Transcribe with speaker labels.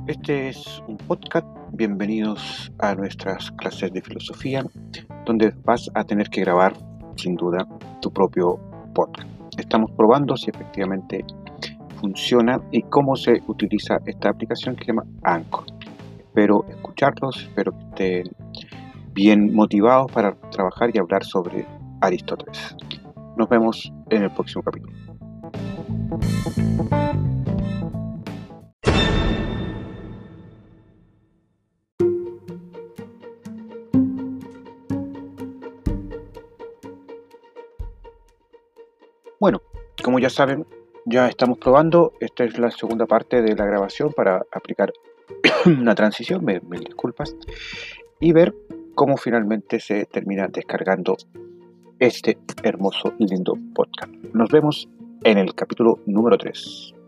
Speaker 1: Este es un podcast. Bienvenidos a nuestras clases de filosofía, donde vas a tener que grabar, sin duda, tu propio podcast. Estamos probando si efectivamente funciona y cómo se utiliza esta aplicación que se llama Anchor. Espero escucharlos, espero que estén bien motivados para trabajar y hablar sobre Aristóteles. Nos vemos en el próximo capítulo. Bueno, como ya saben, ya estamos probando. Esta es la segunda parte de la grabación para aplicar una transición, mil disculpas, y ver cómo finalmente se termina descargando este hermoso y lindo podcast. Nos vemos en el capítulo número 3.